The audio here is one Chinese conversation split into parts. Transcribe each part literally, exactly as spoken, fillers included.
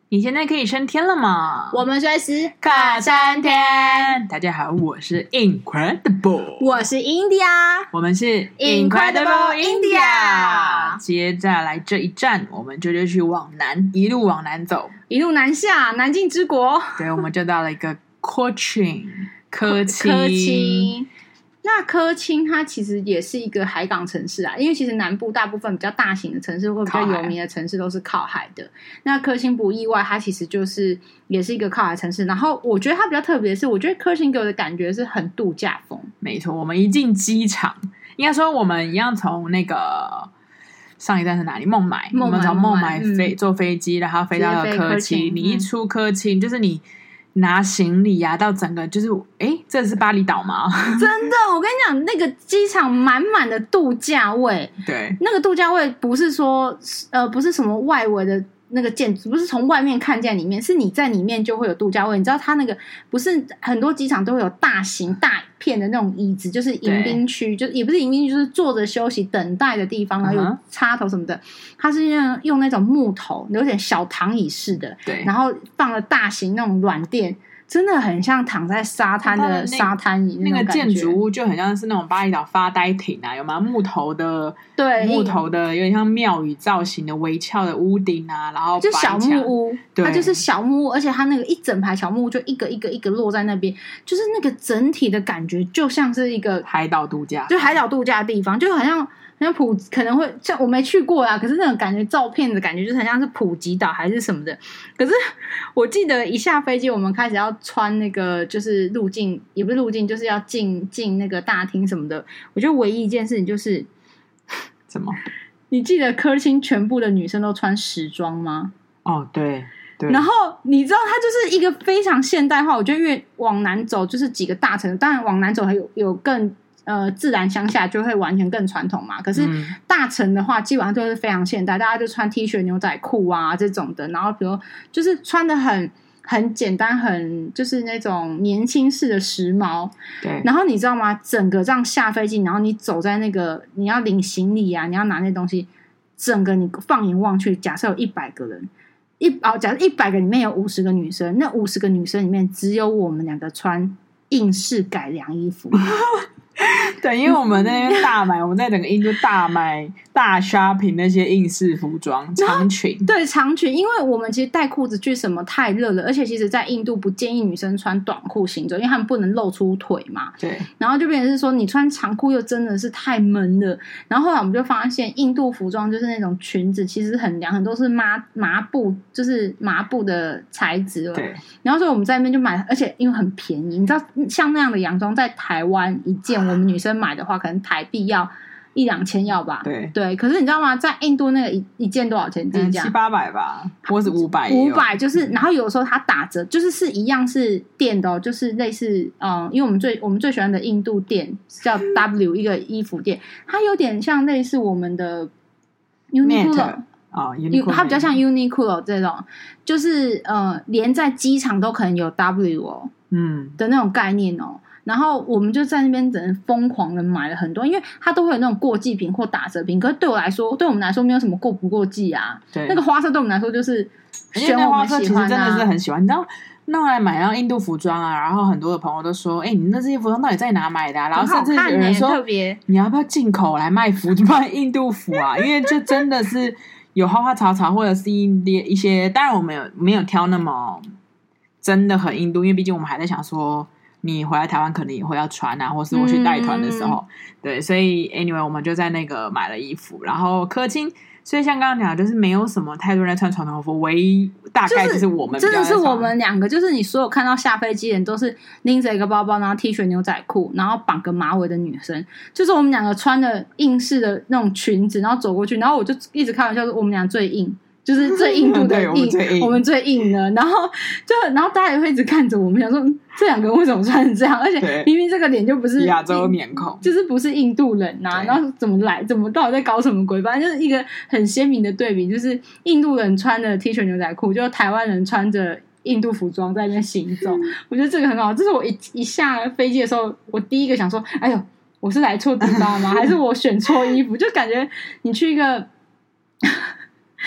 你现在可以升天了吗？ 我们随时可升天。大家好，我是 Incredible， 我是 India， 我们是 Incredible India。 接下来这一站，我们就继续往南，一路往南走， 一路南下，南境之国。 对，我们就到了一个 Cochin 科钦。 科钦，那科钦它其实也是一个海港城市啊，因为其实南部大部分比较大型的城市或比较有名的城市都是靠海的。那科钦不意外，它其实就是也是一个靠海城市。然后我觉得它比较特别的是，我觉得科钦给我的感觉是很度假风。 没错，我们一进机场，应该说我们一样从那个。上一站是哪里？孟买，我们从孟买飞、嗯、坐飞机，然后飞到了科钦。你一出科钦，就是你拿行李啊，到整个就是，哎，这是巴厘岛吗？ 真的，我跟你讲，那个机场满满的度假味。 对， 那个度假味不是说，呃，不是什么外围的。那个建筑不是从外面看见里面，是你在里面就会有度假味。你知道它那个不是很多机场都会有大型大片的那种椅子，就是迎宾区，就也不是迎宾区，就是坐着休息等待的地方，然后有插头什么的。它是用用那种木头，有点小躺椅式的， 对， 然后放了大型那种软垫。真的很像躺在沙滩的沙滩椅 那, 那个建筑物就很像是那种巴厘岛发呆亭啊，有吗？木头的， 对， 木头的有点像庙宇造型的微翘的屋顶啊，然后就小木屋， 它就是小木屋，而且它那个一整排小木屋就一个一个一个落在那边，就是那个整体的感觉就像是一个海岛度假， 就海岛度假的地方，就好像。像普可能会像我没去过啊，可是那种感觉照片的感觉就是很像是普吉岛还是什么的。可是我记得一下飞机，我们开始要穿那个就是入境，也不是入境，就是要进进那个大厅什么的。我觉得唯一一件事情就是什么？ 你记得科钦全部的女生都穿时装吗？ 哦，对。对， 然后你知道它就是一个非常现代化。我觉得越往南走就是几个大城，当然往南走还有有更。呃，自然乡下就会完全更传统嘛。可是大城的话，基本上都是非常现代，大家就穿 T 恤、牛仔裤啊这种的。然后比如就是穿的很很简单，很就是那种年轻式的时髦。 对。 然后你知道吗？整个这样下飞机，然后你走在那个你要领行李啊，你要拿那东西，整个你放眼望去，假设有一百个人，一哦，假设一百个里面有五十个女生，那五十个女生里面只有我们两个穿硬式改良衣服。 对，因为我们那边大买，我们在整个印度大买大 shopping 那些硬式服装长裙， 对长裙，因为我们其实带裤子去什么太热了，而且其实在印度不建议女生穿短裤行走，因为他们不能露出腿嘛。 对， 然后就变成是说你穿长裤又真的是太闷了。然后后来我们就发现，印度服装就是那种裙子其实很凉，很多是麻麻布，就是麻布的材质了。 对， 然后所以我们在那边就买，而且因为很便宜，你知道像那样的洋装在台湾一件。我们女生买的话，可能台币要一两千要吧？ 对对。可是你知道吗？在印度那个一一件多少钱？自己讲七八百吧，或是五百。 五百就是，然后有时候它打折，就是是一样是店的、哦，就是类似嗯，因为我们最我们最喜欢的印度店叫 W 一个衣服店，它有点像类似我们的 Uniqlo。 哦， 它比较像 Uniqlo 这种，就是呃，连在机场都可能有 W 哦，嗯的那种概念哦。然后我们就在那边只能疯狂的买了很多，因为它都会有那种过季品或打折品。可是对我来说，对我们来说没有什么过不过季啊。 对， 那个花色对我们来说就是选我们喜欢、啊、 其实真的是很喜欢。你知道，那来买到印度服装啊，然后很多的朋友都说：“哎、欸，你那这些服装到底在哪买的、啊？”然后甚至有人说：“ 特别， 你要不要进口来卖服卖印度服啊？”因为就真的是有花花草草，或者是一些，当然我们有没有挑那么真的很印度，因为毕竟我们还在想说。你回来台湾可能也会要穿啊，或是我去带团的时候、嗯、对，所以 anyway 我们就在那个买了衣服。然后科钦所以像刚刚讲的就是没有什么太多人在穿传统服，唯一大概就是我们比较在穿、 就是、真的是我们两个，就是你所有看到下飞机的人都是拎着一个包包，然后 T 恤牛仔裤，然后绑个马尾的女生，就是我们两个穿的硬式的那种裙子，然后走过去，然后我就一直开玩笑说我们俩最硬，就是最印度的硬， 我们最硬， 我们最硬的。然后就，然后大家也会一直看着我们，想说这两个人为什么穿成这样？而且明明这个脸就不是亚洲面孔， 就是不是印度人呐、啊。然后怎么来，怎么到底在搞什么鬼？反正就是一个很鲜明的对比，就是印度人穿的 T 恤牛仔裤，就台湾人穿着印度服装在那边行走。我觉得这个很好，这是我一一下飞机的时候，我第一个想说，哎呦，我是来错地方吗？还是我选错衣服？就感觉你去一个。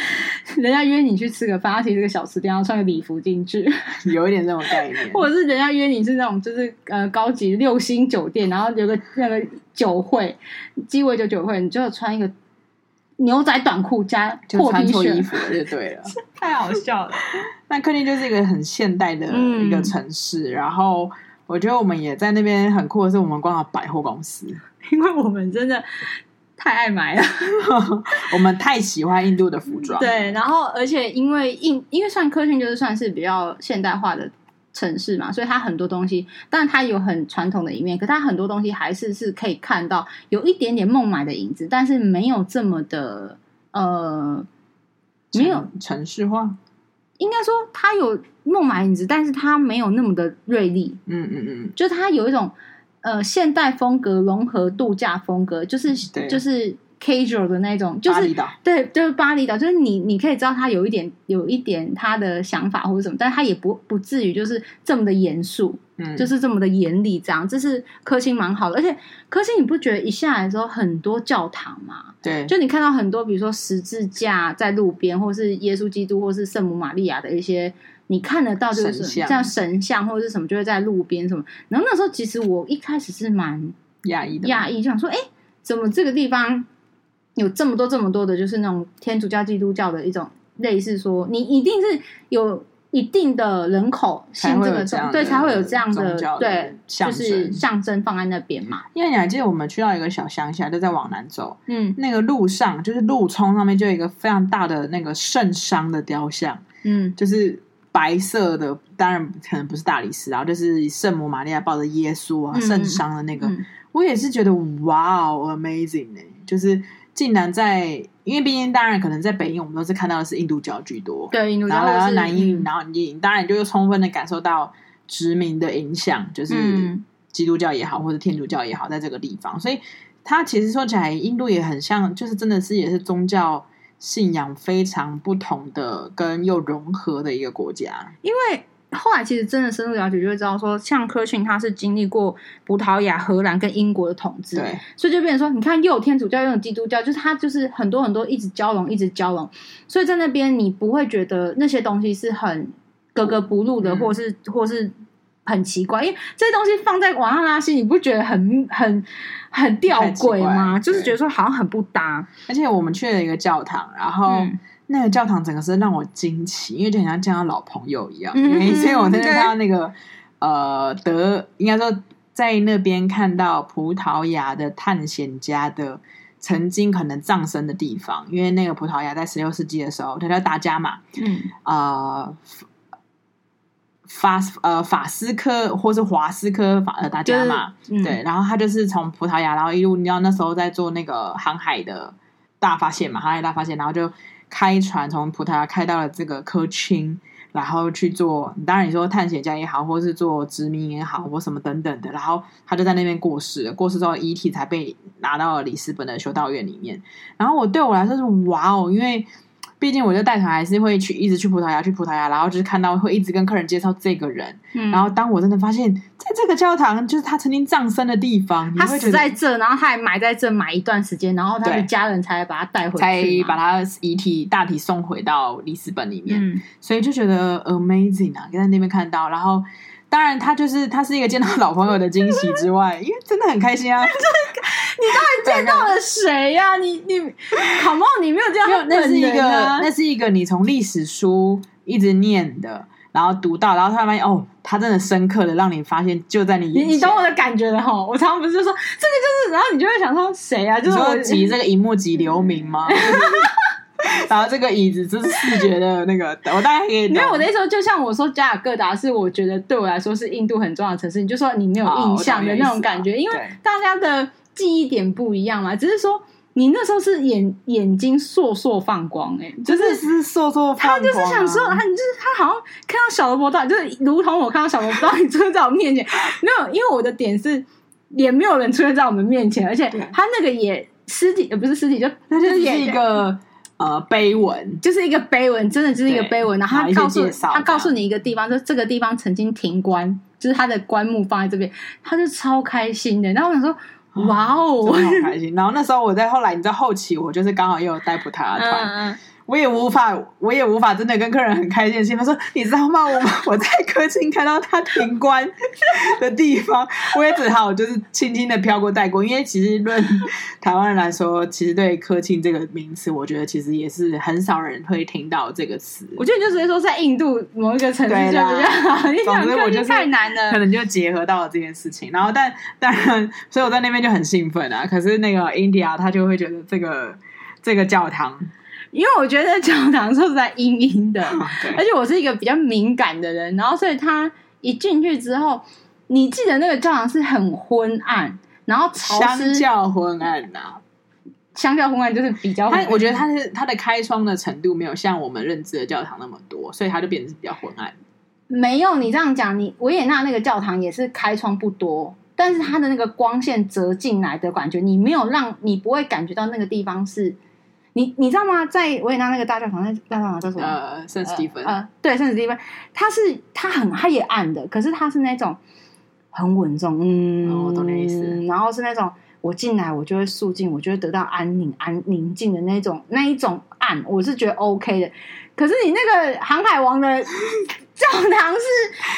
人家约你去吃个饭，他其实是个小吃店，要穿个礼服进去， 有一点这种概念。 或者是人家约你是那种就是呃高级六星酒店，然后有个那个酒会，鸡尾酒酒会，你就穿一个牛仔短裤加破 T 恤， 就穿错衣服了就对了， 太好笑了。 那克林就是一个很现代的一个城市，嗯、然后我觉得我们也在那边很酷的是，我们逛到百货公司， 因为我们真的太爱买了我们太喜欢印度的服装。 对，然后而且因为印因为算科逊就是算是比较现代化的城市嘛，所以它很多东西，当然它有很传统的一面，可它很多东西还是是可以看到有一点点孟买的影子，但是没有这么的呃，没有城市化。 应该说它有孟买影子，但是它没有那么的锐利。 嗯嗯嗯， 就是它有一种呃现代风格融合度假风格，就是就是 casual 的那种，就是巴厘岛， 对，就是巴厘岛，就是你你可以知道它有一点有一点他的想法或者什么，但是它也不不至于就是这么的严肃，嗯，就是这么的严厉，这样，这是科钦蛮好的。而且科钦你不觉得一下来的时候很多教堂吗？ 对， 就你看到很多比如说十字架在路边，或是耶稣基督或是圣母玛利亚的一些你看得到就是像神像或者是什么就会在路边什么，然后那时候其实我一开始是蛮讶异的， 讶异就想说，哎，怎么这个地方有这么多这么多的就是那种天主教基督教的一种类似说你一定是有一定的人口信这个宗，对，才会有这样的对，就是象征放在那边嘛。 因为你还记得我们去到一个小乡下，就在往南走，嗯，那个路上就是路冲上面就有一个非常大的那个圣殇的雕像，嗯，就是白色的，当然可能不是大理石，然后就是圣母玛利亚抱着耶稣啊，圣殇的那个，嗯、我也是觉得哇哦 ，amazing 呢、欸，就是竟然在。因为毕竟当然可能在北印我们都是看到的是印度教居多， 对，印度教， 然后来到南印、嗯、然后你当然你就充分的感受到殖民的影响，就是基督教也好或者天主教也好在这个地方，所以它其实说起来印度也很像，就是真的是也是宗教信仰非常不同的跟又融合的一个国家。 因为后来其实真的深入了解就会知道说，像科逊他是经历过葡萄牙、荷兰跟英国的统治， 对， 所以就变成说你看又有天主教又有基督教，就是他就是很多很多一直交融一直交融，所以在那边你不会觉得那些东西是很格格不入的、嗯、或是或是很奇怪，因为这些东西放在瓦拉纳西你不觉得很很很吊诡吗？就是觉得说好像很不搭。 而且我们去了一个教堂，然后、嗯那个教堂整个是让我惊奇，因为就很像见到老朋友一样。因为所以我在那看到那个呃德，应该说在那边看到葡萄牙的探险家的曾经可能葬身的地方，因为那个葡萄牙在十六世纪的时候，它叫达伽马，嗯，呃，法呃法斯科或是华斯科法呃达伽马，嗯、对，然后他就是从葡萄牙，然后一路你知道那时候在做那个航海的大发现嘛，航海大发现，然后就。开船从葡萄牙开到了这个科钦，然后去做，当然你说探险家也好，或是做殖民也好，或什么等等的，然后他就在那边过世了，过世之后遗体才被拿到了里斯本的修道院里面。然后我对我来说是哇哦，因为毕竟我就带团还是会去一直去葡萄牙去葡萄牙，然后就是看到会一直跟客人介绍这个人、嗯、然后当我真的发现在这个教堂就是他曾经葬身的地方， 他死在这，然后他还埋在这埋一段时间，然后他的家人才把他带回去， 才把他遗体大体送回到里斯本里面、嗯、所以就觉得 amazing 啊，在那边看到，然后当然他就是他是一个见到老朋友的惊喜之外因为真的很开心啊你到底见到了谁呀、啊？你你 come on 你没有这样、啊、 那是一个那是一个你从历史书一直念的，然后读到，然后突然发现哦，他真的深刻的让你发现就在你眼前。 你你懂我的感觉了哈？我常常不是就说这个就是，然后你就会想说谁啊？就是说集这个荧幕集留名吗？然后这个椅子就是视觉的那个，我大概可以懂。 没有我的意思说，就像我说加尔各答是我觉得对我来说是印度很重要的城市，你就说你没有印象的那种感觉，因为大家的记忆点不一样嘛，只是说你那时候是眼眼睛烁烁放光、欸，哎，就是是烁烁放光、啊。 他就是想说，他就是他好像看到小萝卜到，就是如同我看到小萝卜到你出现在我面前，没有，因为我的点是也没有人出现在我们面前，而且他那个也尸体，呃，不是尸体，就他就是一个。呃，碑文就是一个碑文，真的就是一个碑文。然后他告诉他告诉你一个地方，就这个地方曾经停棺，就是他的棺木放在这边，他就超开心的。然后我想说，哇哦， 真的好开心。然后那时候我在后来，你知道后期我就是刚好又有带葡萄牙团，嗯嗯我也无法，我也无法真的跟客人很开心的兴奋说，你知道吗？我我在科钦看到他停关的地方，我也只好就是轻轻的飘过带过，因为其实论台湾人来说，其实对科钦这个名词，我觉得其实也是很少人会听到这个词。 我觉得你就直接说在印度某一个城市就比较好，你讲科钦太难了， 可能就结合到了这件事情。然后但当然，所以我在那边就很兴奋啊。可是那个 India 他就会觉得这个这个教堂。 因为我觉得教堂说实在阴阴的，而且我是一个比较敏感的人，然后所以他一进去之后，你记得那个教堂是很昏暗，然后潮湿， 相较昏暗呐、啊， 相较昏暗就是比较昏暗。 它我觉得它是它的开窗的程度没有像我们认知的教堂那么多，所以它就变成是比较昏暗。 没有你这样讲，你维也纳那个教堂也是开窗不多，但是它的那个光线折进来的感觉，你没有让你不会感觉到那个地方是。你你知道吗？在维也纳那个大教堂，那大教堂叫什么？ 呃，圣史蒂芬。 呃，对，圣史蒂芬，它是它很它也暗的，可是它是那种很稳重，嗯， 哦，我懂你意思。 然后是那种我进来我就会肃静，我就会得到安宁、安宁静的那种那一种暗，我是觉得 OK 的。可是你那个航海王的教堂是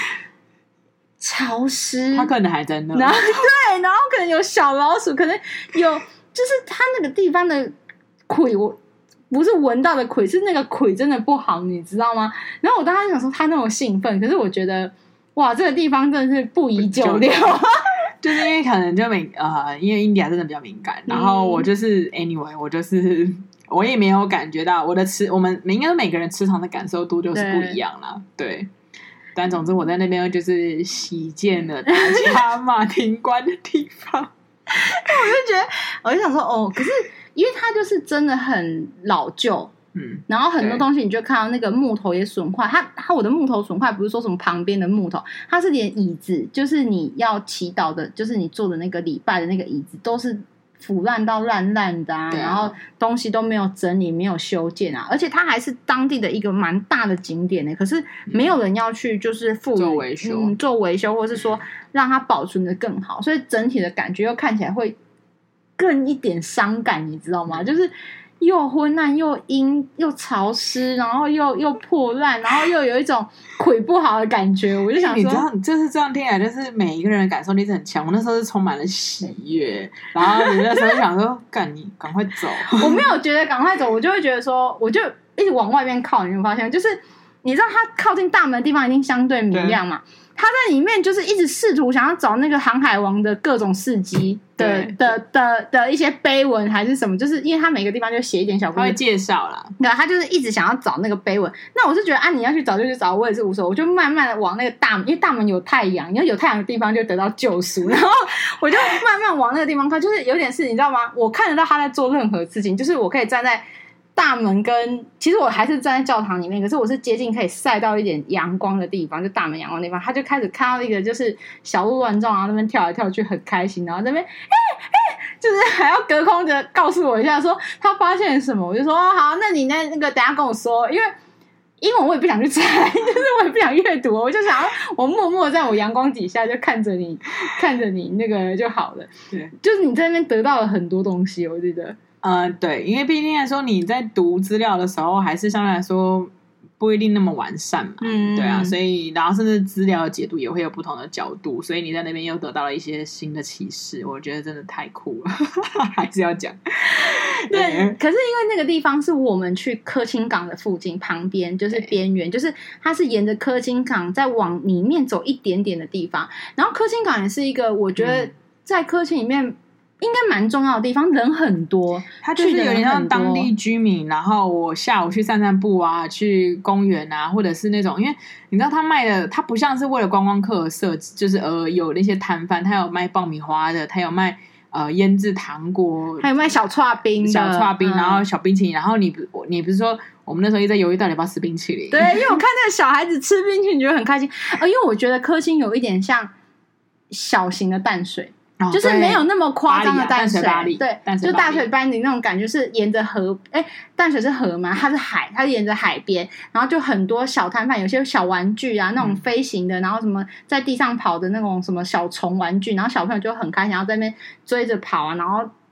潮湿， 它可能还真的， 然后对，然后可能有小老鼠，可能有就是它那个地方的。鬼，我不是闻到的鬼，是那个鬼真的不好，你知道吗？然后我当时想说他那种兴奋，可是我觉得哇，这个地方真的是不宜久留， 就是因为可能就敏呃，因为 India 真的比较敏感，然后我就是 anyway， 我就是我也没有感觉到我的磁，我们应该每个人磁场的感受度就是不一样啦，对。对，但总之我在那边就是喜见了大家马停关的地方， 我就觉得我就想说哦，可是。因为它就是真的很老旧，嗯，然后很多东西你就看到那个木头也损坏。它它我的木头损坏不是说什么旁边的木头，它是连椅子，就是你要祈祷的，就是你坐的那个礼拜的那个椅子，都是腐烂到烂烂的啊，啊然后东西都没有整理，没有修建啊，而且它还是当地的一个蛮大的景点呢、欸。可是没有人要去，就是赋予做维修、 嗯，做维修，或是说让它保存的更好，所以整体的感觉又看起来会。更一点伤感，你知道吗？就是又昏暗又阴又潮湿，然后又又破烂，然后又有一种鬼不好的感觉。我就想说， 你知道，就是这样听起来，就是每一个人的感受力是很强。我那时候是充满了喜悦，然后你那时候想说，赶你赶快走。 我没有觉得赶快走，我就会觉得说，我就一直往外面靠。你有没有发现？就是你知道，它靠近大门的地方一定相对明亮嘛。他在里面就是一直试图想要找那个航海王的各种事迹的的的的一些碑文还是什么，就是因为他每个地方就写一点小故事， 他会介绍啦。 对，他就是一直想要找那个碑文。那我是觉得啊，你要去找就去找，我也是无所谓。我就慢慢的往那个大门，因为大门有太阳，你要有太阳的地方就得到救赎。然后我就慢慢往那个地方看，就是有点事，你知道吗？我看得到他在做任何事情，就是我可以站在。大门跟其实我还是站在教堂里面，可是我是接近可以晒到一点阳光的地方，就大门阳光的地方，他就开始看到一个就是小鹿乱撞，然后那边跳来跳去很开心，然后那边哎哎，就是还要隔空的告诉我一下说他发现了什么，我就说哦好，那你那那个等一下跟我说，因为英文我也不想去猜，就是我也不想阅读，我就想要我默默在我阳光底下就看着你看着你那个就好了，对，就是你在那边得到了很多东西，我觉得。 呃，对，因为毕竟来说，你在读资料的时候，还是相对来说不一定那么完善嘛，嗯，对啊，所以然后甚至资料的解读也会有不同的角度，所以你在那边又得到了一些新的启示，我觉得真的太酷了，还是要讲。 对，可是因为那个地方是我们去科钦港的附近旁边，就是边缘，就是它是沿着科钦港再往里面走一点点的地方，然后科钦港也是一个我觉得在科钦里面。应该蛮重要的地方，人很多， 它就是有点像当地居民。然后我下午去散散步啊，去公园啊，或者是那种，因为你知道他卖的，他不像是为了观光客而设置，就是呃有那些摊贩，他有卖爆米花的，他有卖呃腌制糖果， 还有卖小刨冰的， 小刨冰，嗯、然后小冰淇淋。然后你你不是说我们那时候一直在犹豫到底要不要吃冰淇淋？ 对，因为我看那个小孩子吃冰淇淋觉得很开心，呃，因为我觉得科钦有一点像小型的淡水。哦、就是没有那么夸张的淡水， 啊、 对，就大水班里那种感觉是沿着河，哎，淡水是河嘛，它是海，它是沿着海边，然后就很多小摊贩，有些小玩具啊，那种飞行的，然后什么在地上跑的那种什么小虫玩具，然后小朋友就很开心，然后在那边追着跑啊，然后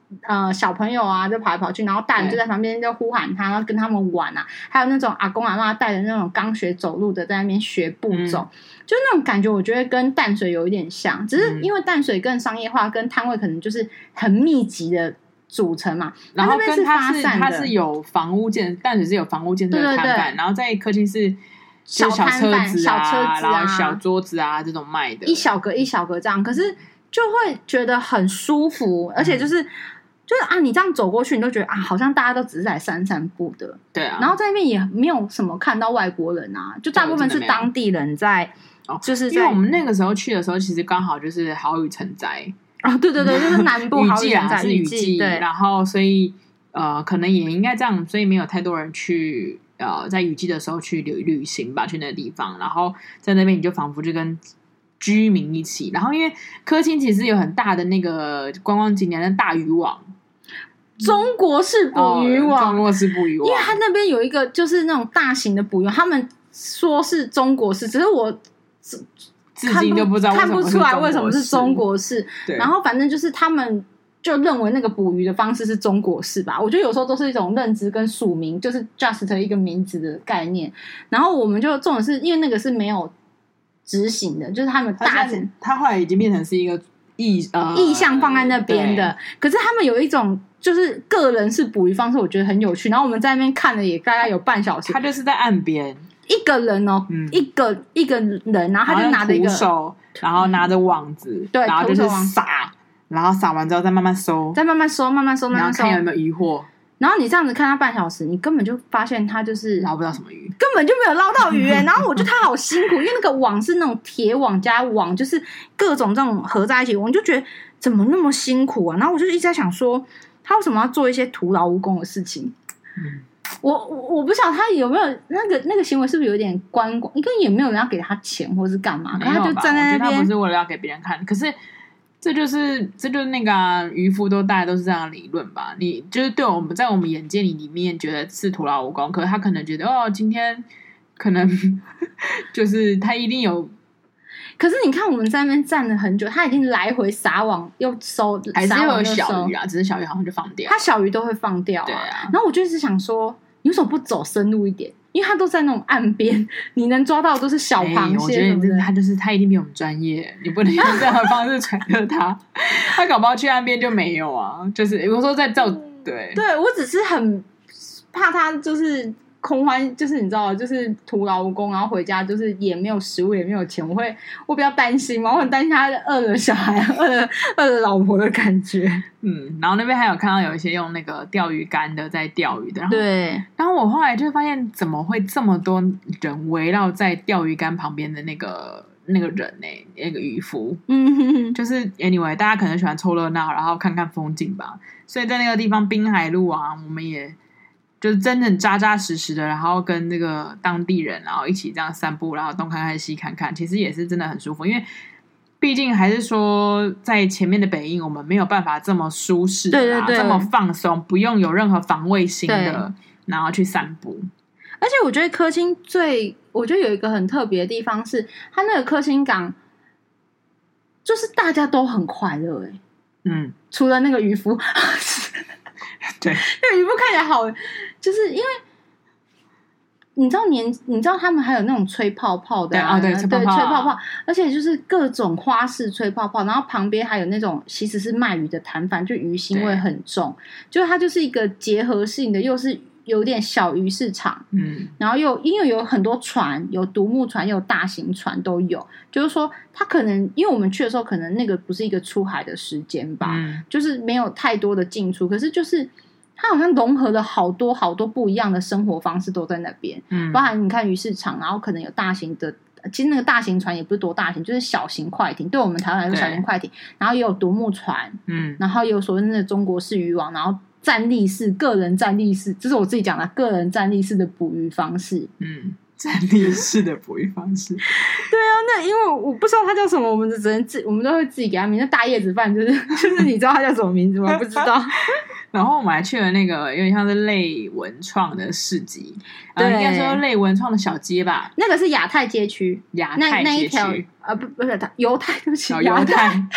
呃小朋友啊就跑来跑去，然后大人就在旁边就呼喊他，然后跟他们玩啊，还有那种阿公阿嬷带着那种刚学走路的在那边学步骤、嗯、就那种感觉我觉得跟淡水有一点像，只是因为淡水更商业化，跟摊位可能就是很密集的组成嘛， 然后跟它是它是有房屋建，淡水是有房屋建设的摊贩，然后在科技是小小车子啊， 小车子啊， 然后小桌子啊这种卖的， 一小格一小格这样，可是就会觉得很舒服，而且就是、嗯、就是啊，你这样走过去，你都觉得啊，好像大家都只是来散散步的， 对啊。 然后在那边也没有什么看到外国人啊，就大部分是当地人在，就是在因为我们那个时候去的时候，其实刚好就是豪雨成灾。 哦，对对对，就是南部好雨季啊，是雨季， 对， 然后所以呃，可能也应该这样，所以没有太多人去呃，在雨季的时候去旅旅行吧，去那个地方，然后在那边你就仿佛就跟居民一起，然后因为科钦其实有很大的那个观光景点的大渔网， 中国式捕鱼网， 哦、中国式捕鱼网， 因为它那边有一个就是那种大型的捕鱼网，他们说是中国式，只是我。 至今就不知道看不出来为什么是中国式，然后反正就是他们就认为那个捕鱼的方式是中国式吧。我觉得有时候都是一种认知跟署名，就是 just 一个名字的概念。然后我们就重点是因为那个是没有执行的，就是他们大他他后来已经变成是一个意呃意向放在那边的。可是他们有一种就是个人式捕鱼方式，我觉得很有趣。然后我们在那边看了也大概有半小时， 他就是在岸边。 一个人哦、嗯，一个一个人，然后他就拿着一个手，然后拿着网子， 对， 然后就是撒，然后撒完之后再慢慢收， 再慢慢收，慢慢收，慢慢收， 然后看有没有渔获。 然后你这样子看他半小时，你根本就发现他就是捞不到什么鱼， 根本就没有捞到鱼然后我觉得他好辛苦，因为那个网是那种铁网加网，就是各种这种合在一起，我就觉得怎么那么辛苦啊？然后我就一直在想说，他为什么要做一些徒劳无功的事情？嗯。我我我不晓得他有没有那个那个行为是不是有点观光，应该也没有人要给他钱或是干嘛，可他就站在那边。 他不是为了要给别人看，可是这就是这就是那个、啊、渔夫都大家都是这样的理论吧？你就是对我们在我们眼界里里面觉得是徒劳无功，可是他可能觉得哦，今天可能就是他一定有。 可是你看我们在那边站了很久，他已经来回撒网又收， 还是会有小鱼啊，只是小鱼好像就放掉， 他小鱼都会放掉啊。 对啊， 然后我就一直想说，你为什么不走深入一点？因为他都在那种岸边，你能抓到的都是小螃蟹。 欸、我觉得你这他就是他一定比我们专业，你不能用这样的方式揣测他。他搞不好去岸边就没有啊，就是我说在照、嗯、对对，我只是很怕他就是空欢，就是你知道，就是徒劳无功，然后回家就是也没有食物，也没有钱，我会我比较担心嘛，我很担心他饿了小孩，饿了饿了老婆的感觉。 嗯，然后那边还有看到有一些用那个钓鱼竿的在钓鱼的，然后对， 然后我后来就发现怎么会这么多人围绕在钓鱼竿旁边的那个那个人呢、欸？那个渔夫，嗯，就是 anyway， 大家可能喜欢凑热闹，然后看看风景吧，所以在那个地方滨海路啊，我们也。就是真正扎扎实实的，然后跟那个当地人，然后一起这样散步，然后东看看西看看，其实也是真的很舒服。因为毕竟还是说，在前面的北印，我们没有办法这么舒适的， 对对对， 这么放松，不用有任何防卫心的，然后去散步。 而且我觉得科钦最，我觉得有一个很特别的地方是，它那个科钦港，就是大家都很快乐、欸，嗯，除了那个渔夫。 对， 那个渔夫看起来好，就是因为你知道年，你知道他们还有那种吹泡泡的啊，对， 对， 吹泡泡、啊， 吹泡泡，而且就是各种花式吹泡泡，然后旁边还有那种其实是卖鱼的摊贩，就鱼腥味很重，就它就是一个结合性的，又是有点小鱼市场，嗯，然后又因为有很多船，有独木船，有大型船都有，就是说它可能因为我们去的时候，可能那个不是一个出海的时间吧，嗯，就是没有太多的进出，可是就是。它好像融合了好多好多不一样的生活方式都在那边，嗯，包含你看鱼市场，然后可能有大型的，其实那个大型船也不是多大型，就是小型快艇，对我们台湾来说小型快艇，然后也有独木船，嗯，然后也有所谓的中国式渔网，然后站立式、个人站立式，这是我自己讲的个人站立式的捕鱼方式，嗯， 站立式的捕鱼方式，对啊，那因为我不知道它叫什么，我们只能自我们都会自己给它名，那大叶子饭就是就是你知道它叫什么名字吗？不知道。 然后我们还去了那个有点像是类文创的市集，对，应该说类文创的小街吧。 那个是亚太街区， 亚太街区啊不不是犹太，对不起， 哦、犹太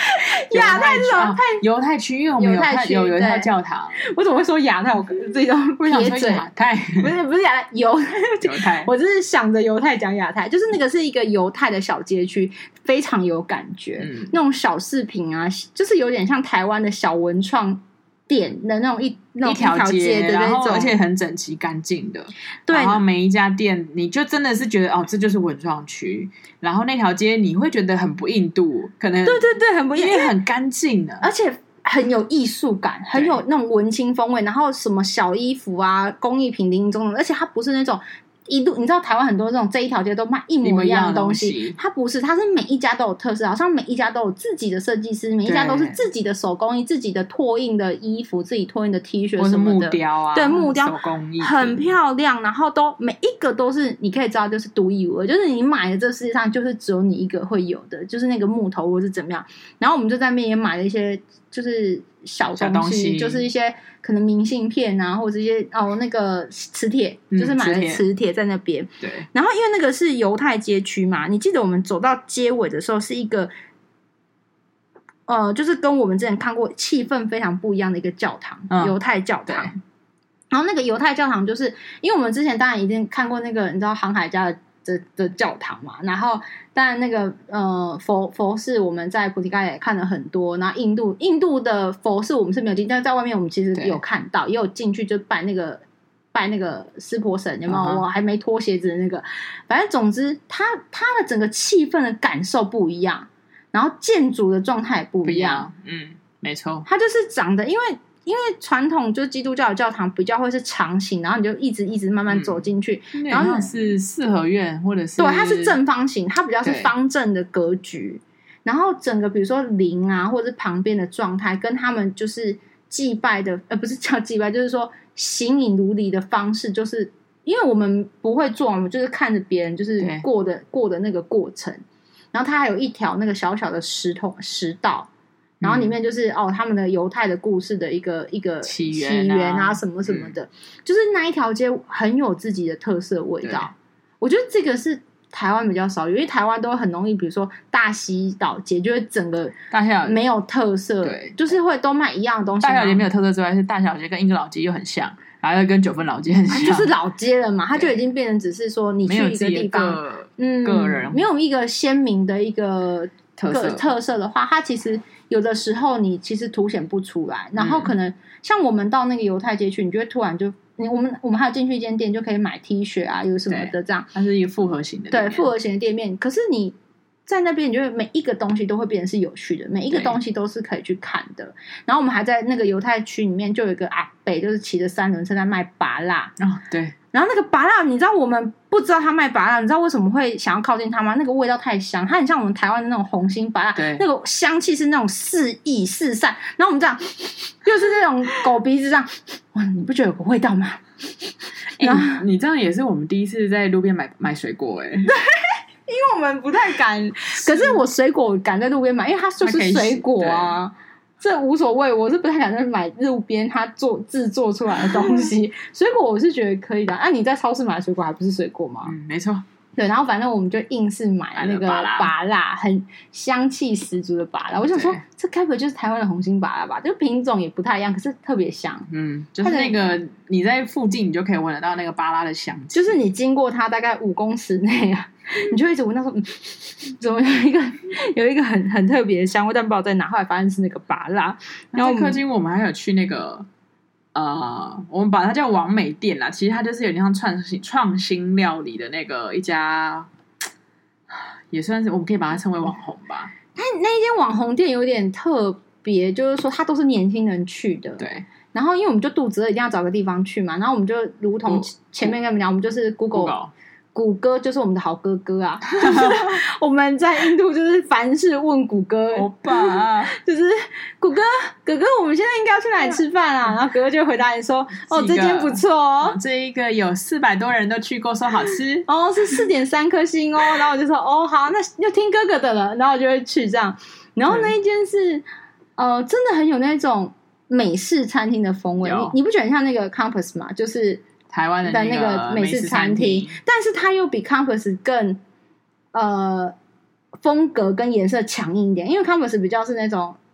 亚太这种太犹太区，因为我们有看有犹太教堂。 我怎么会说亚太？我自己都撇嘴。 亚太不是不是亚太，犹犹太。 我只是想着犹太讲亚太，就是那个是一个犹太的小街区，非常有感觉。嗯、那种小饰品啊，就是有点像台湾的小文创店的那种一那种一条街的那种， 而且很整齐干净的。 对， 然后每一家店，你就真的是觉得哦，这就是文创区。然后那条街你会觉得很不印度，可能对对对，很不印度， 因为很干净的， 而且很有艺术感，很有那种文青风味。然后什么小衣服啊、工艺品零中，而且它不是那种。一度你知道台湾很多这种这一条街都卖一模一样的东西， 东西它不是，它是每一家都有特色，好像每一家都有自己的设计师，每一家都是自己的手工艺、自己的拓印的衣服、自己拓印的 T 恤什么的， 或是木雕啊， 对木雕手工艺很漂亮，然后都每一个都是你可以知道就是独一无二，就是你买的这世界上就是只有你一个会有的，就是那个木头或是怎么样。然后我们就在那边也买了一些就是小东西， 小东西就是一些可能明信片啊，或者一些哦那个磁铁，就是买了磁铁在那边。 对。 然后因为那个是犹太街区嘛，你记得我们走到街尾的时候是一个，呃，就是跟我们之前看过气氛非常不一样的一个教堂，嗯、犹太教堂。然后那个犹太教堂，就是因为我们之前当然已经看过那个你知道航海家的的, 的教堂嘛，然后当然那个呃佛佛寺我们在菩提伽也看了很多，然后印度印度的佛寺我们是没有进，但是在外面我们其实有看到，也有进去就拜那个拜那个湿婆神，有没有？ Uh-huh. 我还没脱鞋子的那个，反正总之它它的整个气氛的感受不一样，然后建筑的状态也不一样， 不一样嗯，没错， 它就是长得因为。因为传统就基督教的教堂比较会是长形，然后你就一直一直慢慢走进去， 嗯、 然后是四合院或者是对，它是正方形，它比较是方正的格局。然后整个比如说灵啊，或者是旁边的状态，跟他们就是祭拜的，呃，不是叫祭拜，就是说行礼如礼的方式，就是因为我们不会做，我们就是看着别人就是过的过的那个过程。然后它还有一条那个小小的石头石道。然后里面就是、嗯、哦，他们的犹太的故事的一个一个起源 啊, 起源啊什么什么的、嗯，就是那一条街很有自己的特色味道。我觉得这个是台湾比较少，因为台湾都很容易，比如说大溪岛街，就会整个大小没有特色，对，就是会都卖一样的东西。 大小街没有特色之外，是大小街跟英歌老街又很像，然后又跟九份老街很像， 啊、就是老街了嘛，它就已经变成只是说你去一个地方， 嗯，个人没有一个鲜明的一个特色特色的话，它其实。有的时候你其实凸显不出来，然后可能、嗯、像我们到那个犹太街去，你就会突然就我们我们还有进去一间店就可以买 T 恤啊，有什么的这样， 它是一个复合型的店面， 对，复合型的店面。可是你在那边，你就会每一个东西都会变成是有趣的，每一个东西都是可以去看的。然后我们还在那个犹太区里面，就有一个阿伯，就是骑着三轮车在卖芭乐。 哦，对。 然后那个芭乐，你知道我们不知道他卖芭乐，你知道为什么会想要靠近他吗？那个味道太香，它很像我们台湾的那种红心芭乐，那个香气是那种四溢四散。然后我们这样，就是那种狗鼻子这样，哇，你不觉得有个味道吗？ 欸、你这样也是我们第一次在路边买买水果哎、欸。 对。因为我们不太敢，可是我水果敢在路边买，因为它就是水果啊，这无所谓。我是不太敢在买路边它做制作出来的东西。水果我是觉得可以的，啊，你在超市买的水果还不是水果吗？ 嗯，没错。 对，然后反正我们就硬是买那个芭乐，很香气十足的芭乐。我想说，这该不会就是台湾的红心芭乐吧？这个品种也不太一样，可是特别香。 嗯，就是那个你在附近，你就可以闻得到那个芭乐的香气。 就是你经过它大概五公尺内啊，你就一直闻到说，嗯，怎么有一个有一个很很特别的香味，但不知道在哪。后来发现是那个芭乐。 然后在客厅，我们还有去那个。呃，我们把它叫王美店啦，其实它就是有点像创新创新料理的那个一家，也算是我们可以把它称为网红吧。 它那一间网红店有点特别，就是说它都是年轻人去的。 对。 然后因为我们就肚子饿，一定要找个地方去嘛，然后我们就如同前面跟你们讲，我们就是 Google。Google谷歌就是我们的好哥哥啊！我们在印度就是凡事问谷歌， 欧巴， 就是谷歌，哥哥，我们现在应该要去哪里吃饭啊？然后哥哥就回答你说：“哦，这间不错哦， 这一个有四百多人都去过，说好吃哦，是四点三颗星哦。”然后我就说：“哦，好，那就听哥哥的了。”然后我就会去这样。然后那一间是呃，真的很有那种美式餐厅的风味，你你不觉得很像那个 Compass 吗？就是台湾的那个美式餐厅，但是它又比 Compass 更呃风格跟颜色强硬一点，因为 Compass 比较是那种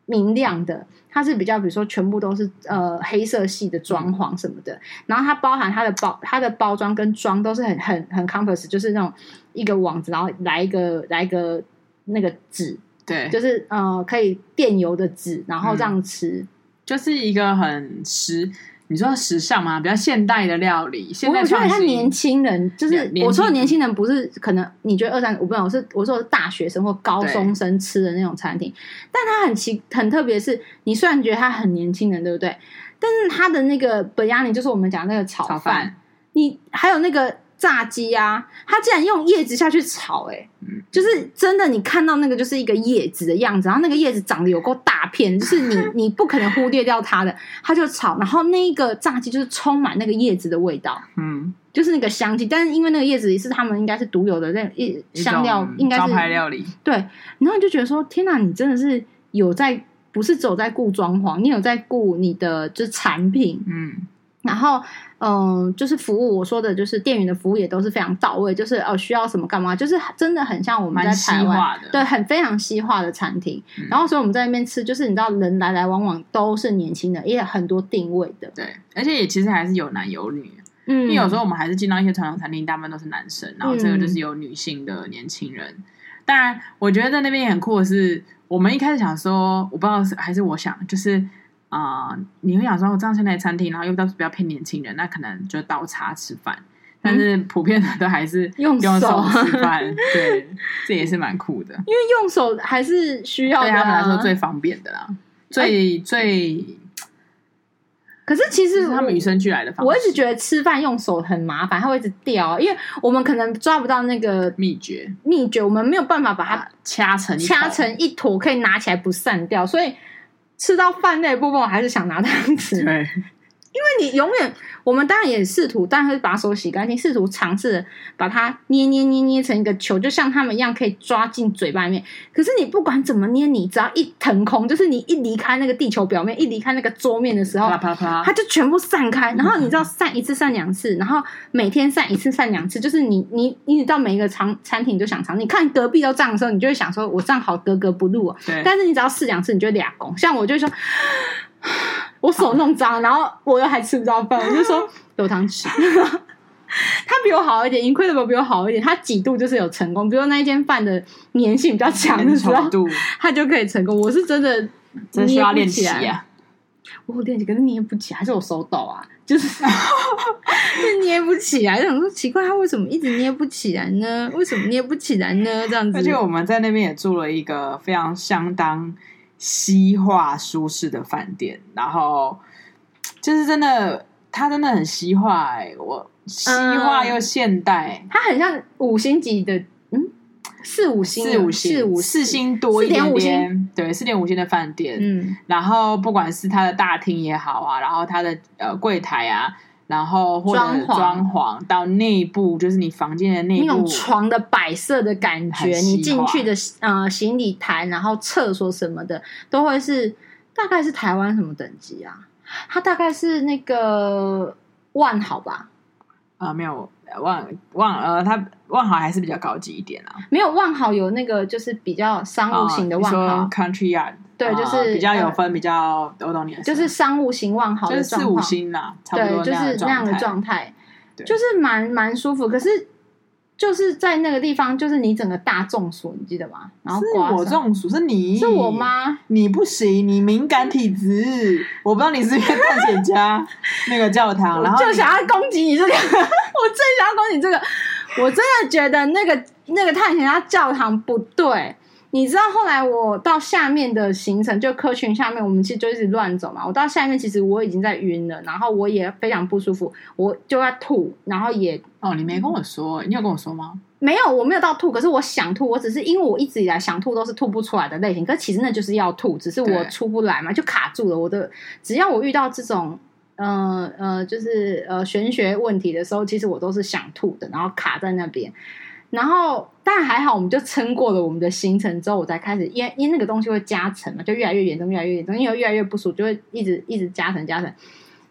明亮的，它是比较比如说全部都是呃黑色系的装潢什么的，然后它包含它的包它的包装跟装都是很很很 compass， 就是那种一个网子，然后来一个来一个那个纸， 对， 就是呃可以电油的纸，然后这样吃， 嗯、就是一个很时。你说时尚吗？比较现代的料理，现代创新。 我觉得他年轻人，就是我说的年轻人，不是可能你觉得二三，我不知道，我是我说的是大学生或高中生吃的那种餐厅，但他很奇很特别，是你虽然觉得他很年轻人，对不对？但是他的那个 biryani 就是我们讲那个炒饭，炒饭你还有那个炸鸡啊，他竟然用叶子下去炒、欸，哎、嗯，就是真的，你看到那个就是一个叶子的样子，然后那个叶子长得有够大片，就是你你不可能忽略掉它的，他就炒，然后那一个炸鸡就是充满那个叶子的味道，嗯，就是那个香气，但是因为那个叶子是他们应该是独有的那一香料，应该是招牌料理， 对，然后你就觉得说，天哪，你真的是有在，不是只有在顾装潢，你有在顾你的就是产品，嗯。然后，嗯、呃，就是服务，我说的就是店员的服务也都是非常到位，就是哦需要什么干嘛，就是真的很像我们在台湾，对，很非常西化的餐厅。嗯、然后，所以我们在那边吃，就是你知道，人来来往往都是年轻人，也有很多定位的， 对，而且也其实还是有男有女，嗯，因为有时候我们还是进到一些传统餐厅，大部分都是男生，然后这个就是有女性的年轻人。嗯、当然，我觉得在那边也很酷的是，我们一开始想说，我不知道是还是我想，就是。啊、呃，你会想说，我这样现在餐厅，然后又到比较偏年轻人，那可能就倒茶吃饭，但是普遍的都还是用手吃饭，对，这也是蛮酷的， 因为用手还是需要的、啊， 对他们来说最方便的啦，最、欸、最。 可是其实他们与生俱来的方式， 我一直觉得吃饭用手很麻烦，它会一直掉，因为我们可能抓不到那个秘诀， 秘诀我们没有办法把它掐成掐成一坨，可以拿起来不散掉，所以。吃到饭类的部分，我还是想拿汤匙。 对， 因为你永远，我们当然也试图，但是把手洗干净，试图尝试把它捏捏捏捏成一个球，就像他们一样可以抓进嘴巴里面。可是你不管怎么捏，你只要一腾空，就是你一离开那个地球表面，一离开那个桌面的时候， 啪啪啪， 它就全部散开。然后你知道散一次散两次，然后每天散一次散两次，就是你你你到每一个餐餐厅你就想尝，你看隔壁都这样的时候，你就会想说，我这样好格格不入哦。 对， 但是你只要试两次，你就俩拱。像我就会说。我手弄脏，然后我又还吃不到饭，我就说有汤匙。他比我好一点 ，Incredible 比我好一点，他几度就是有成功。比如那一间饭的粘性比较强的时候，他就可以成功。我是真的真需要练习啊！ 我练习，可是捏不起来，还是我手抖啊？就是捏不起来，想说奇怪，他为什么一直捏不起来呢？为什么捏不起来呢？这样子。 而且我们在那边也住了一个非常相当。西化舒适的饭店，然后就是真的，它真的很西化哎、欸，我西化又现代， 嗯、它很像五星级的，嗯，四五星， 四五星， 四五四星多一点点，对，四点五星的饭店，嗯，然后不管是它的大厅也好啊，然后它的呃柜台啊。然后或者装潢到内部，就是你房间的内部那种床的摆设的感觉，你进去的呃行李台，然后厕所什么的，都会是大概是台湾什么等级啊？它大概是那个万豪吧？ 啊、呃，没有万万呃，它万豪还是比较高级一点啊。 没有万豪有那个就是比较商务型的万豪、 哦、，Country Yard。 对，就是、 呃、比较有分，比较我懂你的， 就是商务型万豪的状况， 就是四五星啦，差不多对，就是那样的状态，就是蛮蛮舒服。可是就是在那个地方，就是你整个大中暑，你记得吗？然后是我中暑，是你是我吗？ 你不行，你敏感体质，我不知道你是不是探险家那个教堂，然后就想要攻击你这个，我最想要攻击你这个，我真的觉得那个那个探险家教堂不对。你知道后来我到下面的行程，就科群下面，我们其实就一直乱走嘛。我到下面其实我已经在晕了，然后我也非常不舒服，我就要吐，然后也哦，你没跟我说，你有跟我说吗？ 没有，我没有到吐，可是我想吐，我只是因为我一直以来想吐都是吐不出来的类型，可是其实那就是要吐，只是我出不来嘛，就卡住了。我的只要我遇到这种呃呃就是呃玄学问题的时候，其实我都是想吐的，然后卡在那边。然后但还好，我们就撑过了我们的行程之后，我才开始，因为因为那个东西会加成嘛，就越来越严重，越来越严重，因为越来越不舒服，就会一直一直加成加成。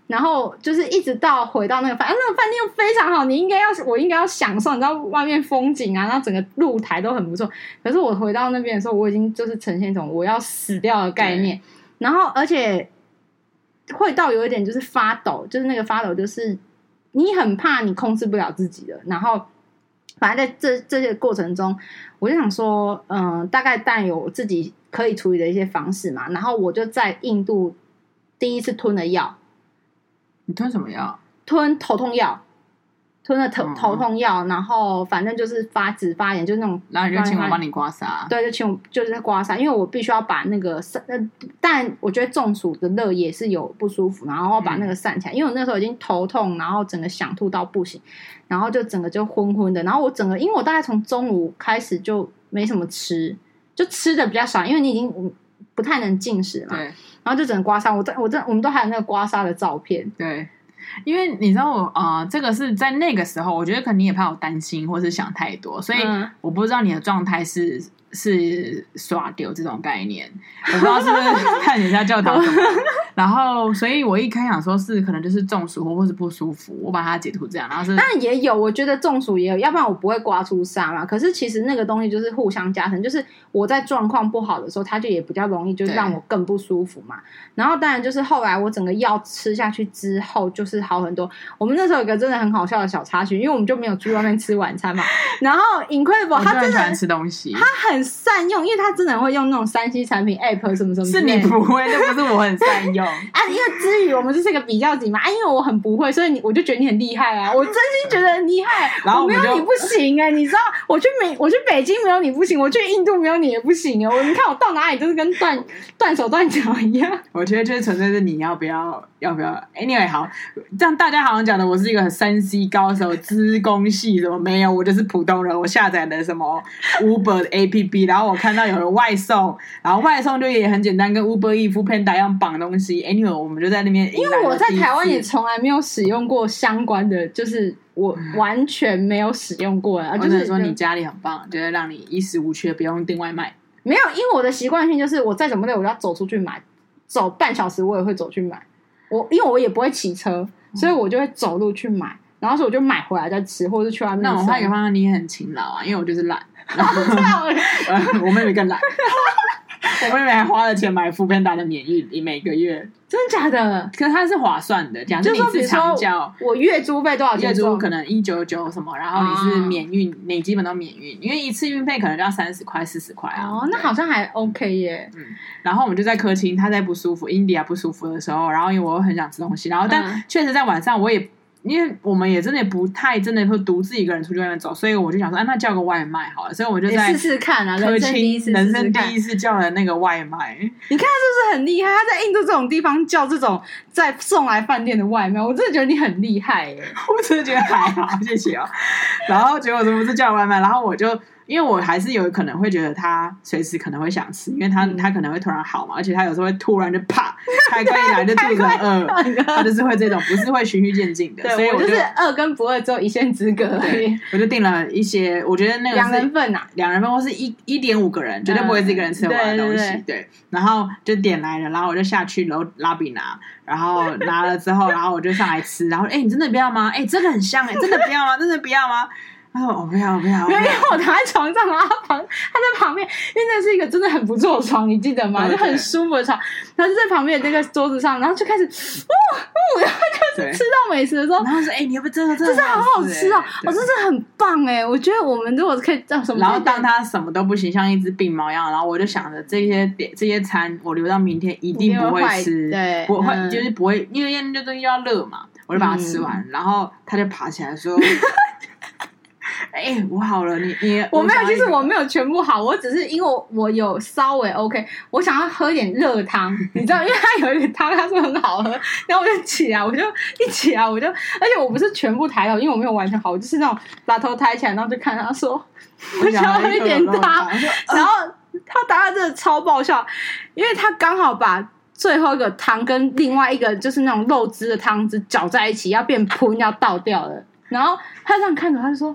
然后就是一直到回到那个饭，那个饭店又非常好，你应该要我应该要享受，你知道外面风景啊，然后整个露台都很不错。可是我回到那边的时候，我已经就是呈现一种我要死掉的概念，然后而且会到有一点就是发抖，就是那个发抖就是你很怕你控制不了自己的，然后反正在这这些过程中，我就想说，嗯、呃，大概但有自己可以处理的一些方式嘛，然后我就在印度第一次吞了药。 你吞什么药？ 吞头痛药，吞了头、嗯、头痛药，然后反正就是发紫发炎，就是那种， 然后你就请我帮你刮痧， 对，就请我就是刮痧，因为我必须要把那个呃，但我觉得中暑的热也是有不舒服，然后把那个散起来，嗯、因为我那时候已经头痛，然后整个想吐到不行，然后就整个就昏昏的，然后我整个，因为我大概从中午开始就没什么吃，就吃的比较少，因为你已经不太能进食嘛， 对， 然后就整个刮痧，我在我在我们都还有那个刮痧的照片， 对。因为你知道我啊、呃，这个是在那个时候，我觉得可能你也怕我担心，或是想太多，所以我不知道你的状态是是耍丢这种概念，我不知道是不是看人家教导什么，然后所以我一开想说是可能就是中暑或是不舒服，我把它解读这样，然后是当然也有，我觉得中暑也有，要不然我不会刮出痧嘛。可是其实那个东西就是互相加成，就是我在状况不好的时候，它就也比较容易就是让我更不舒服嘛。然后当然就是后来我整个药吃下去之后，就是好很多。我们那时候有一个真的很好笑的小插曲，因为我们就没有去外面吃晚餐嘛。然后 Incredible 他真的很喜欢吃东西， 他很善用，因为他真的会用那种三 C 产品 App 什么什么之类的。 是你不会，那不是我很善用啊。因为至于我们就是一个比较级嘛，啊，因为我很不会，所以你我就觉得你很厉害啊，我真心觉得很厉害。 然后我没有你不行哎、欸，你知道，我去美我去北京没有你不行，我去印度没有你也不行哎、欸。我你看我到哪里都是跟断断手断脚一样。 我觉得就是纯粹是你要不要要不要 ，anyway 好，这样大家好像讲的我是一个三 C 高手，资工系什么没有，我就是普通人。我下载的什么 Uber 的 A P P， 然后我看到有人外送，然后外送就也很简单，跟 Uber Eats、Foodpanda 一样绑东西。Anyway， 我们就在那边， 因为我在台湾也从来没有使用过相关的，就是我完全没有使用过啊。就是、 我只能说你家里很棒，就是让你衣食无缺，不用订外卖。 没有，因为我的习惯性就是我再怎么累，我要走出去买，走半小时我也会走去买。我因为我也不会骑车，所以我就会走路去买，然后所以我就买回来再吃，或者是去外面吃。 那我换一个方向，你也很勤劳啊，因为我就是懒。我妹妹更懒。我妹妹还花了钱买 Foodpanda 的免运，每个月。 真的假的？ 可是它是划算的，假设你是长教， 我月租费多少钱？ 月租可能一九九什么，然后你是免运，啊、你基本都免运，因为一次运费可能就要三十块、四十块啊。 哦，那好像还 OK 耶。 嗯，然后我们就在客厅，他在不舒服 ，India 不舒服的时候，然后因为我很想吃东西，然后但确实在晚上我也。因为我们也真的不太真的会独自一个人出去外面走，所以我就想说，哎、啊，那叫个外卖好了。所以我就在试试看啊， 客厅人生第一次叫了那个外卖。 你看是不是很厉害？他在印度这种地方叫这种在送来饭店的外卖，我真的觉得你很厉害耶！ 我真的觉得还好，谢谢哦。然后结果怎么是叫外卖？然后我就。因为我还是有可能会觉得他随时可能会想吃，因为他、嗯、他可能会突然好嘛，而且他有时候会突然就啪开关一来就肚子很饿，他就是会这种，不是会循序渐进的。所以我就, 我就是饿跟不饿只有一线之隔而已。 我就订了一些，我觉得那个两人份啊， 两人份或是一一点五个人，绝对不会是一个人吃完的东西。对, 对, 对, 对，然后就点来了，然后我就下去楼拉比拿，然后拿了之后，然后我就上来吃，然后哎、欸，你真的不要吗？哎、欸，这个很香哎、欸，真的不要吗？真的不要吗？他说：“我不要，我不要。” 因为我躺在床上，然后他旁他在旁边，因为那是一个真的很不错的床，你记得吗？就很舒服的床。他就在旁边的那个桌子上，然后就开始，哦哦，然后就是吃到美食的时候， 然后说：“哎、欸，你要不真的真的好好吃哦，我、哦、真的很棒哎！我觉得我们如果可以这样什么， 然后当他什么都不行，像一只病猫一样，然后我就想着这些点这些餐，我留到明天一定不会吃， 对， 不会、 嗯、 就是不会，因为那东西要热嘛，我就把它吃完，嗯、然后他就爬起来说。哎、欸，我好了，你你我没有，其实我没有全部好，我只是因为我我有稍微 OK， 我想要喝一点热汤，你知道，因为它有一个汤，它说很好喝，然后我就起来，我就一起来，我就，而且我不是全部抬头，因为我没有完全好，我就是那种把头抬起来，然后就看他说，我想要喝一点汤，然后他答案真的超爆笑，因为他刚好把最后一个汤跟另外一个就是那种肉汁的汤汁搅在一起，要变喷要倒掉了，然后他这样看着，他就说。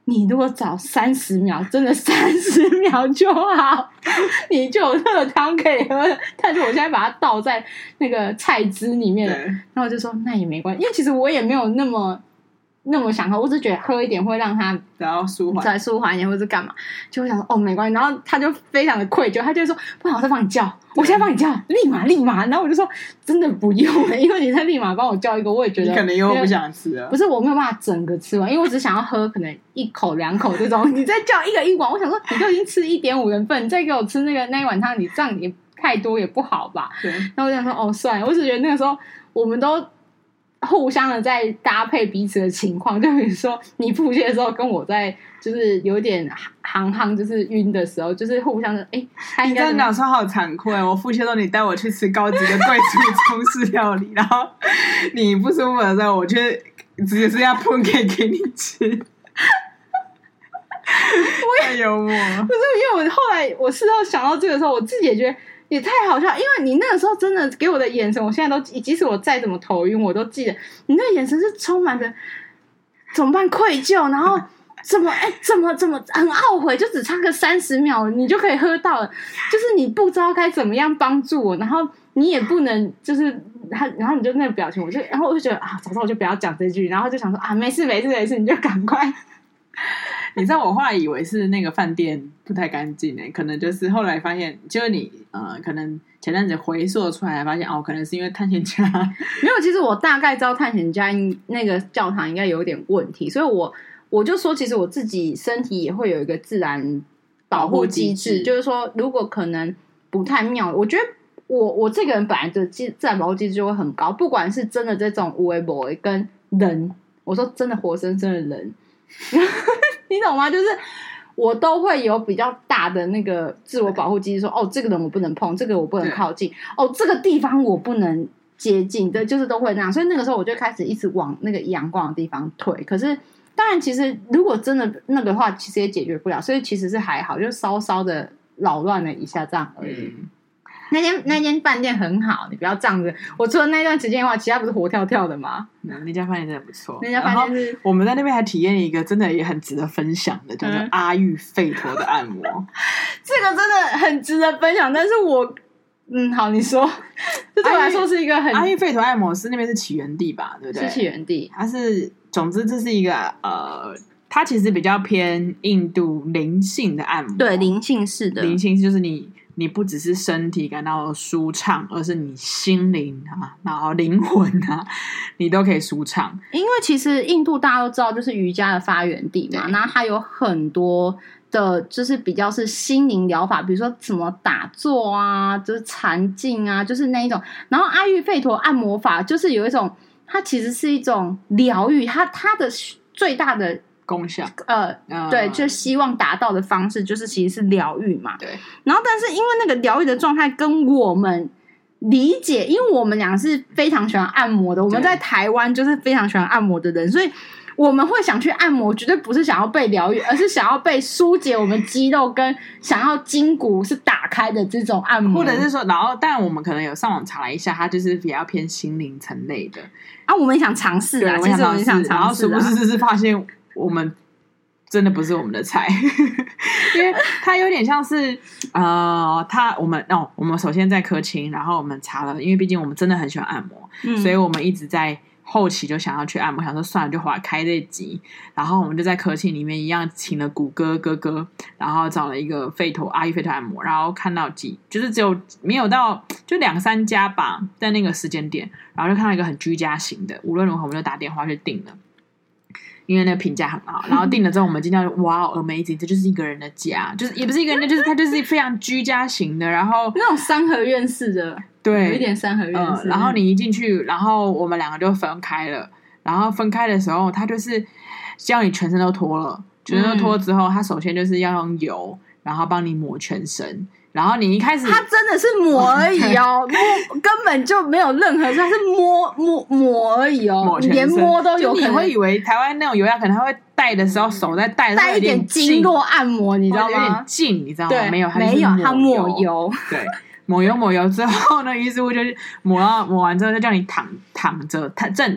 你如果早三十秒，真的三十秒就好，你就有热汤可以喝。但是我现在把它倒在那个菜汁里面，然后我就说那也没关系，因为其实我也没有那么那么想喝，我只是觉得喝一点会让它然后舒缓， 再舒缓一点，或者干嘛，就会想说哦没关系，然后他就非常的愧疚，他就会说不好，我再帮你叫，我现在帮你叫，立马立马，然后我就说真的不用了，因为你再立马帮我叫一个，我也觉得你可能以后不想吃了， 不是我没有办法整个吃完，因为我只想要喝可能一口两口这种，你再叫一个一碗，我想说你都已经吃一点五人份，你再给我吃那个那一碗汤，你这样也太多也不好吧？ 对， 然后我想说哦算了，我只觉得那个时候我们都互相的在搭配彼此的情况，就比如说你腹泻的时候，跟我在就是有点行行就是晕的时候，就是互相的哎、欸，他应该你这样讲说好惭愧，我腹泻的时候你带我去吃高级的贵族中式料理，然后你不舒服的时候，我却直接是要喷给给你吃。太幽默了， 不是因为我后来我事后想到这个时候，我自己也觉得。也太好笑，因为你那个时候真的给我的眼神，我现在都，即使我再怎么头晕，我都记得你那个眼神是充满着怎么办愧疚，然后怎么哎怎么怎么很懊悔，就只差个三十秒你就可以喝到了，就是你不知道该怎么样帮助我，然后你也不能就是他，然后你就那个表情，我就然后我就觉得啊，早知道我就不要讲这句，然后就想说啊，没事没事没事，你就赶快。 你知道我后来以为是那个饭店不太干净诶，可能就是后来发现，就是你呃，可能前阵子回溯出来，发现哦，可能是因为探险家没有。其实我大概知道探险家那个教堂应该有点问题，所以我我就说，其实我自己身体也会有一个自然保护机制，就是说，如果可能不太妙，我觉得我我这个人本来的自然保护机制就会很高，不管是真的这种无为 boy 跟人，我说真的活生生的人。你懂吗？就是我都会有比较大的那个自我保护机制，说哦，这个人我不能碰，这个我不能靠近，哦，这个地方我不能接近，对，就是都会那样。所以那个时候我就开始一直往那个阳光的地方退。可是当然，其实如果真的那个的话，其实也解决不了，所以其实是还好，就稍稍的扰乱了一下这样而已。嗯，那间那间饭店很好，你不要这样子。我除了那段时间的话，其他不是活跳跳的吗？ 嗯，那家饭店真的不错。 那家饭店是我们在那边还体验一个真的也很值得分享的，叫做阿育吠陀的按摩。 这个真的很值得分享，但是我嗯，好，你说，这对我来说是一个很阿育吠陀按摩是那边是起源地吧，对不对？ 是起源地， 它是，总之这是一个呃。它其实比较偏印度灵性的按摩， 对，灵性式的， 灵性就是你你不只是身体感到舒畅，而是你心灵啊，然后灵魂啊，你都可以舒畅。 因为其实印度大家都知道，就是瑜伽的发源地嘛，然后它有很多的，就是比较是心灵疗法，比如说什么打坐啊，就是禅静啊，就是那一种。然后阿育吠陀按摩法就是有一种，它其实是一种疗愈，它它的最大的功效， 呃，嗯、对，就希望达到的方式就是其实是疗愈嘛。 对。 然后，但是因为那个疗愈的状态跟我们理解，因为我们俩是非常喜欢按摩的，我们在台湾就是非常喜欢按摩的人，所以我们会想去按摩，绝对不是想要被疗愈，而是想要被疏解我们肌肉跟想要筋骨是打开的这种按摩， 或者是说，然后但我们可能有上网查了一下，它就是比较偏心灵层类的啊。我们想尝试啊，其实我们想尝试、啊， 然后殊不知就是发现。我们真的不是我们的菜，因为它有点像是呃，它我们哦，我们首先在科清，然后我们查了，因为毕竟我们真的很喜欢按摩，嗯、所以我们一直在后期就想要去按摩，想说算了就划开这集，然后我们就在科清里面一样请了谷歌哥哥，然后找了一个吠陀阿育吠陀按摩，然后看到几就是只有没有到就两三家吧，在那个时间点，然后就看到一个很居家型的，无论如何我们就打电话去订了。因为那个评价很好，然后订了之后，我们今天哇哦 amazing， 这就是一个人的家，就是也不是一个人的，就是它就是非常居家型的，然后那种三合院式的， 对， 有一点三合院式、 呃。然后你一进去，然后我们两个就分开了，然后分开的时候，他就是叫你全身都脱了，全身都脱之后，他、嗯、首先就是要用油，然后帮你抹全身。然后你一开始， 他真的是抹而已哦，摸根本就没有任何，他是摸摸抹而已哦， 抹连摸都有可能。 你会以为台湾那种油压可能他会戴的时候手在戴， 带一点经络按摩，你知道吗？ 有点劲，你知道吗？ 对， 没有， 没有，他抹油， 对，抹油抹油之后呢，于是乎就是抹到抹完之后，就叫你躺躺着，躺正躺。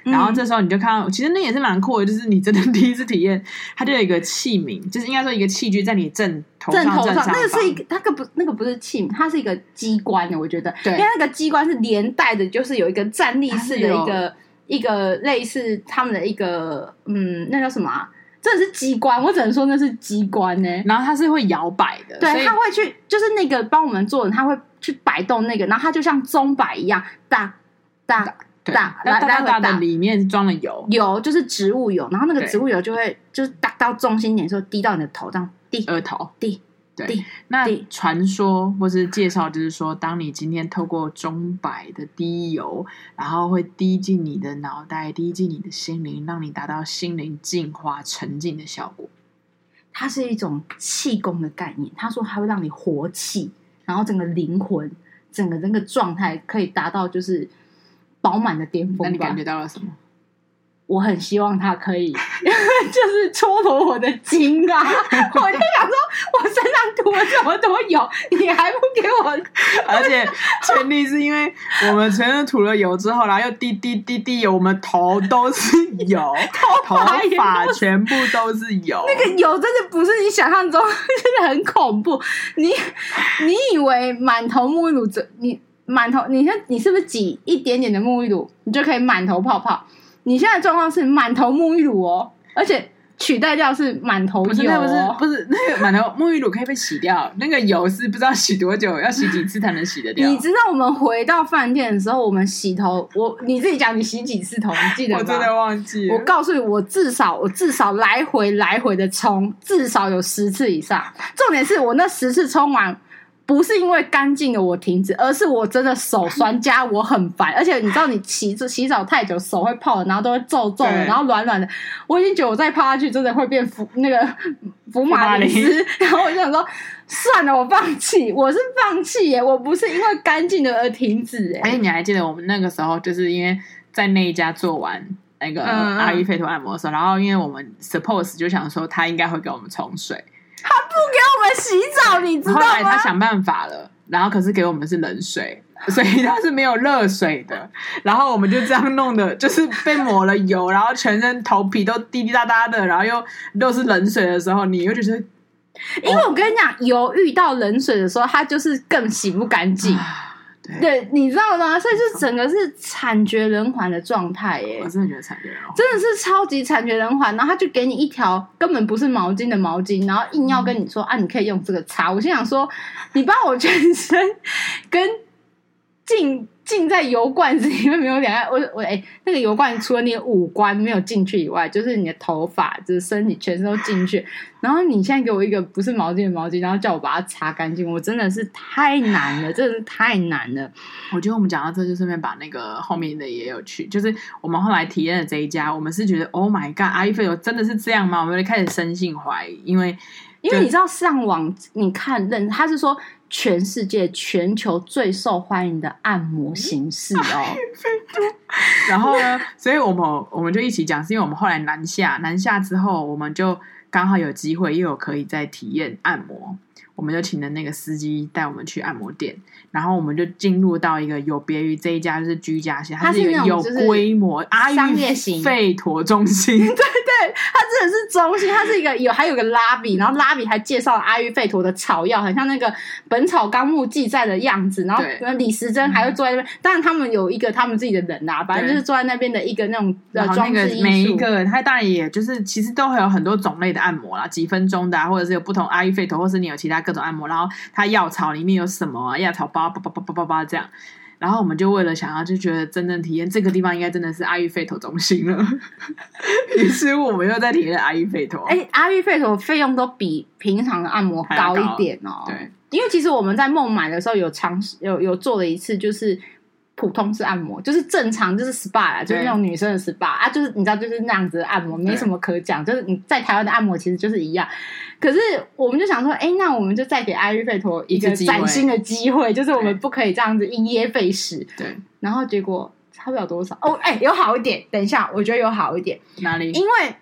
然后这时候你就看到，其实那也是蛮酷的，就是你真的第一次体验，它就有一个器皿，就是应该说一个器具在你正头上正头上， 正上方， 那个是一个，那个不那个不是器皿，它是一个机关的，我觉得， 对， 因为那个机关是连带的，就是有一个站立式的一个一个类似他们的一个嗯，那叫什么啊？真的是机关，我只能说那是机关呢、欸。 然后它是会摇摆的， 对，他会去，就是那个帮我们做的，他会去摆动那个，然后它就像钟摆一样，哒哒哒， 哒哒哒的里面装了油， 油就是植物油，然后那个植物油就会就是打到中心点，说滴到你的头上，滴额头， 滴。 对，那传说或是介绍就是说，当你今天透过钟摆的滴油，然后会滴进你的脑袋，滴进你的心灵，让你达到心灵净化沉浸的效果。 它是一种气功的概念，他说它会让你活气，然后整个灵魂、整个那个状态可以达到就是饱满的巅峰。 那你感觉到了什么？ 我很希望他可以就是戳破我的筋啊，我就想说我身上涂了这么多油，你还不给我而且前提是因为我们全身涂了油之后，然后又滴滴滴滴油，我们头都是油头发全部都是油， 那个油真的不是你想象中真的很恐怖。你你以为满头沐浴乳，你满头你看你是不是挤一点点的沐浴乳你就可以满头泡泡？你现在的状况是满头沐浴乳哦，而且取代掉是满头油、哦， 不是那不是不是那个满头沐浴乳可以被洗掉，那个油是不知道洗多久，要洗几次才能洗得掉。 你知道我们回到饭店的时候，我们洗头，我你自己讲你洗几次头，你记得吗？ 我真的忘记了。 我告诉你，我至少我至少来回来回的冲，至少有十次以上。重点是我那十次冲完。不是因为干净的我停止，而是我真的手酸加我很烦，而且你知道你洗洗澡太久手会泡的，然后都会皱皱的，然后软软的，我已经觉得我再泡下去真的会变福那个福马林斯，然后我就想说算了，我放弃，我是放弃耶，我不是因为干净的而停止耶。 而且你还记得我们那个时候就是因为在那一家做完那个阿育吠陀按摩的时候，嗯嗯，然后因为我们 suppose 就想说他应该会给我们冲水。 他不给我们洗澡，你知道吗？ 后来他想办法了，然后可是给我们是冷水，所以他是没有热水的。然后我们就这样弄的，就是被抹了油，然后全身头皮都滴滴答答的，然后又又是冷水的时候，你又觉得， 因为我跟你讲，油遇到冷水的时候，它就是更洗不干净。对, 对，你知道吗？所以就整个是惨绝人寰的状态耶！ 我真的觉得惨绝人寰， 真的是超级惨绝人寰。然后他就给你一条根本不是毛巾的毛巾，然后硬要跟你说、嗯、啊，你可以用这个擦。我心想说，你把我全身跟浸浸在油罐子里面没有两样。我我哎、欸，那个油罐除了你的五官没有进去以外，就是你的头发、就是身体全身都进去。然后你现在给我一个不是毛巾的毛巾，然后叫我把它擦干净，我真的是太难了，真的是太难了。 我觉得我们讲到这就顺便把那个后面的也有去，就是我们后来体验的这一家，我们是觉得 Oh my God， 阿育吠陀真的是这样吗？我们就开始深信怀疑，因为因为你知道上网你看认他是说全世界全球最受欢迎的按摩形式哦。 然后呢，所以我们我们就一起讲，是因为我们后来南下南下之后，我们就刚好有机会又有可以再体验按摩，我们就请了那个司机带我们去按摩店，然后我们就进入到一个有别于这一家就是居家型，它是一个有规模阿育吠陀中心。 对对，它真的是中心，它是一个有还有个拉比，然后拉比还介绍了阿育吠陀的草药，很像那个《本草纲目》记载的样子。然后李时珍还会坐在那边，当然他们有一个他们自己的人啊，反正就是坐在那边的一个那种呃装置艺术。 每一个它当然也就是其实都会有很多种类的按摩啦，几分钟的啊，或者是有不同阿育吠陀，或是你有其他各种按摩，然后它药草里面有什么啊，药草包叭叭叭叭叭叭这样。然后我们就为了想要就觉得真正体验这个地方应该真的是阿育吠陀中心了，于是我们又在体验阿育吠陀。 哎，阿育吠陀费用都比平常的按摩高一点哦。 对， 因为其实我们在孟买的时候有尝试有有做了一次，就是普通式按摩，就是正常就是 S P A 啦，就是那种女生的 S P A 啊，就是你知道就是那样子的按摩，没什么可讲，就是你在台湾的按摩其实就是一样。可是我们就想说，哎，那我们就再给阿育吠陀一个崭新的机会，就是我们不可以这样子因噎废食。 对， 然后结果差不了多少哦，哎，有好一点。等一下，我觉得有好一点。 哪里？ 因为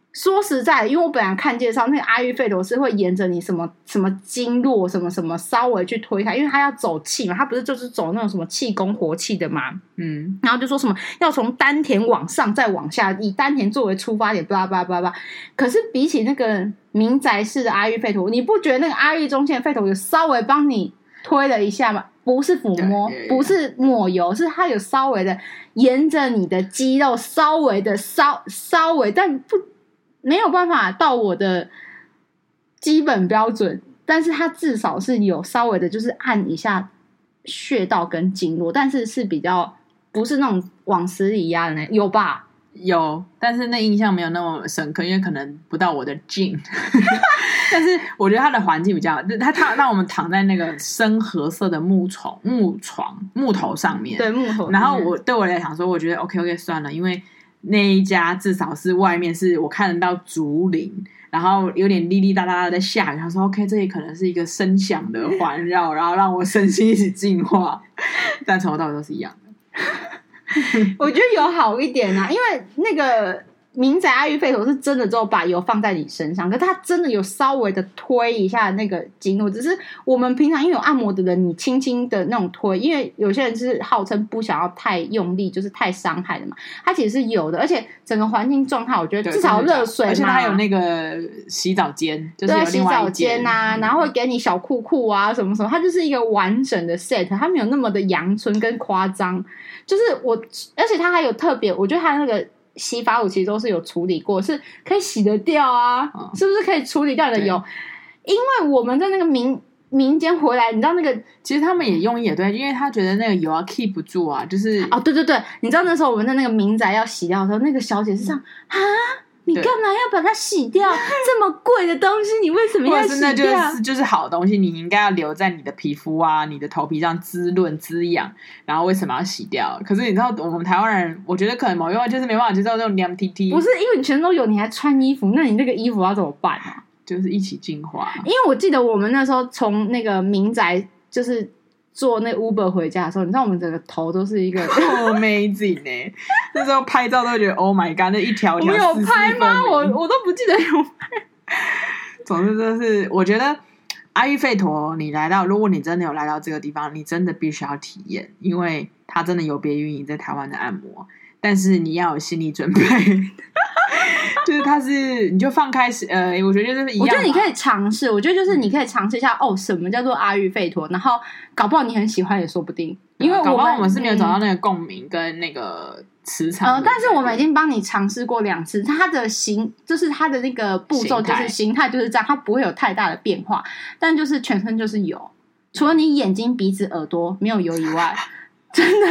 说实在的，因为我本来看介绍那个阿育吠陀是会沿着你什么什么经络什么什么稍微去推它，因为它要走气嘛，它不是就是走那种什么气功活气的嘛，嗯，然后就说什么要从丹田往上再往下，以丹田作为出发点，巴拉巴拉巴拉。可是比起那个民宅式的阿育吠陀，你不觉得那个阿育中心的吠陀有稍微帮你推了一下吗？不是抚摸，不是抹油，是它有稍微的沿着你的肌肉稍微的稍稍微，但不。没有办法到我的基本标准，但是它至少是有稍微的就是按一下穴道跟经络，但是是比较不是那种往死里压的那，有吧？ 有，但是那印象没有那么深刻，因为可能不到我的劲。但是我觉得它的环境比较好，它它让我们躺在那个深褐色的木床木床木头上面， 对木头。 然后我对我来讲说，我觉得 OK OK 算了，因为那一家至少是外面是我看得到竹林，然后有点滴滴答答的在下雨。他说 OK 这里可能是一个声响的环绕，然后让我身心一起净化，但从头到尾都是一样的。 我觉得有好一点啊，因为那个民宅阿育吠陀是真的之后把油放在你身上，可是它真的有稍微的推一下那个经络，只是我们平常因为有按摩的人，你轻轻的那种推，因为有些人是号称不想要太用力，就是太伤害的嘛，它其实是有的，而且整个环境状态我觉得至少热水嘛， 而且它有那个洗澡间，就是有另外一间洗澡间啊，然后会给你小裤裤啊什么什么，它就是一个完整的 set， 它没有那么的阳春跟夸张，就是我，而且它还有特别，我觉得它那个洗发乳其实都是有处理过，是可以洗得掉啊，哦、是不是可以处理掉你的油？因为我们在那个民民间回来，你知道那个， 其实他们也用意也对，因为他觉得那个油要 keep 不住啊，就是哦，对对对，你知道那时候我们在那个民宅要洗掉的时候，那个小姐是这样啊。你干嘛要把它洗掉？这么贵的东西，你为什么要洗掉？ 或者是那就是就是好东西，你应该要留在你的皮肤啊、你的头皮上滋润滋养，然后为什么要洗掉？可是你知道，我们台湾人，我觉得可能某一方就是没办法接受这种凉 T T。 不是因为你全都有，你还穿衣服，那你那个衣服要怎么办啊？ 就是一起净化。 因为我记得我们那时候从那个民宅就是坐那 Uber 回家的时候，你知道我们整个头都是一个 amazing 欸，那时候拍照都会觉得 Oh my God， 那一条一条我有拍吗？我我都不记得有拍。 总之就是我觉得阿育吠陀你来到，如果你真的有来到这个地方，你真的必须要体验，因为它真的有别于你在台湾的按摩，但是你要有心理准备。就是它是，你就放开，呃，我觉得就是一样。 我觉得你可以尝试，我觉得就是你可以尝试一下，哦，什么叫做阿育吠陀，然后搞不好你很喜欢也说不定。因为我们搞不好我们是没有找到那个共鸣跟那个磁场。 呃，但是我们已经帮你尝试过两次，它的形就是它的那个步骤就是形态就是这样，它不会有太大的变化，但就是全身就是油，除了你眼睛、鼻子、耳朵没有油以外，真的。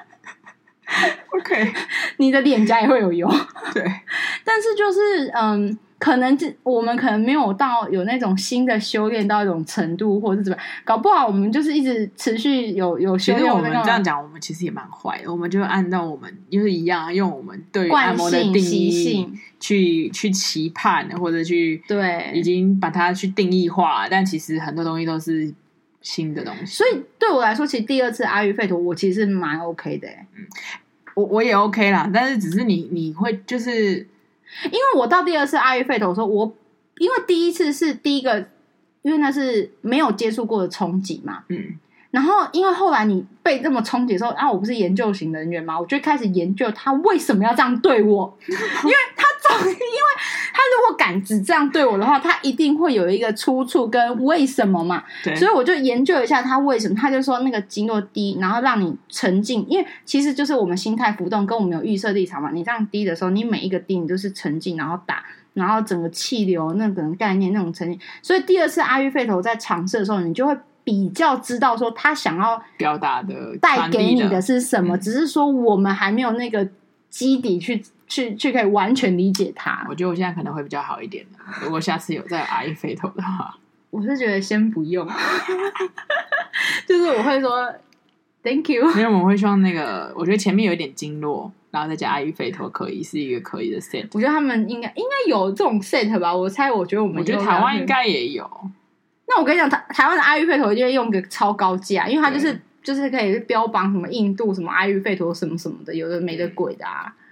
OK， 你的脸颊也会有油， 对， 但是就是嗯，可能我们可能没有到有那种新的修炼到一种程度，或者是怎么样，搞不好我们就是一直持续有有修炼。 其实我们这样讲，我们其实也蛮坏的，我们就按照我们就是一样，用我们对于按摩的定义去去期盼，或者去对， 已经把它去定义化，但其实很多东西都是新的东西。 所以对我来说，其实第二次阿育吠陀我其实蛮 OK 的、欸，嗯。 我我也 OK 啦，但是只是你你会就是， 因为我到第二次阿育吠陀的时候，我因为第一次是第一个，因为那是没有接触过的冲击嘛，嗯，然后因为后来你被这么冲击的时候，啊，我不是研究型人员嘛，我就开始研究他为什么要这样对我，因为他总因为他如果敢只这样对我的话，他一定会有一个出处跟为什么嘛，所以我就研究一下他为什么，他就说那个经络低，然后让你沉浸，因为其实就是我们心态浮动跟我们有预设立场嘛，你这样低的时候，你每一个低你都是沉浸，然后打，然后整个气流那种概念那种沉浸，所以第二次阿育吠陀在尝试的时候，你就会比较知道说他想要表达的带给你的是什么，只是说我们还没有那个基底去去去可以完全理解它。 我觉得我现在可能会比较好一点的，如果下次有在阿育吠陀的话， 我是觉得先不用，就是我会说 Thank you， 因为我们会希望那个，我觉得前面有一点经络，然后再加阿育吠陀，可以是一个可以的 set。 我觉得他们应该应该有这种 set 吧，我猜，我觉得我们我觉得台湾应该也有。 那我跟你讲，台台湾的阿育吠陀就会用个超高价，因为它就是就是可以标榜什么印度什么阿育吠陀什么什么的，有的没的鬼的啊。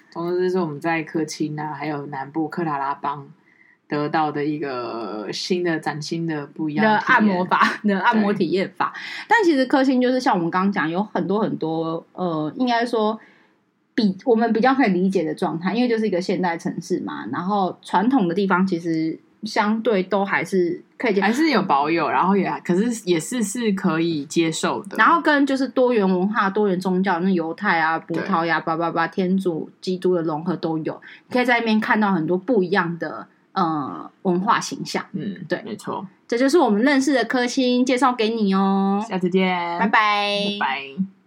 总之，这是我们在科青啊，还有南部克拉拉邦得到的一个新的、崭新的、不一样的按摩法的按摩体验法。但其实科青就是像我们刚刚讲，有很多很多呃，应该说比我们比较可以理解的状态，因为就是一个现代城市嘛，然后传统的地方其实相对都还是可以接受， 还是有保有，然后也可是也是是可以接受的。 然后跟就是多元文化、多元宗教，那犹太啊、葡萄牙、叭叭叭、天主、基督的融合都有，你可以在那边看到很多不一样的呃文化形象。 嗯，对，没错， 这就是我们认识的科青，介绍给你哦。 下次见， 拜拜， 拜拜。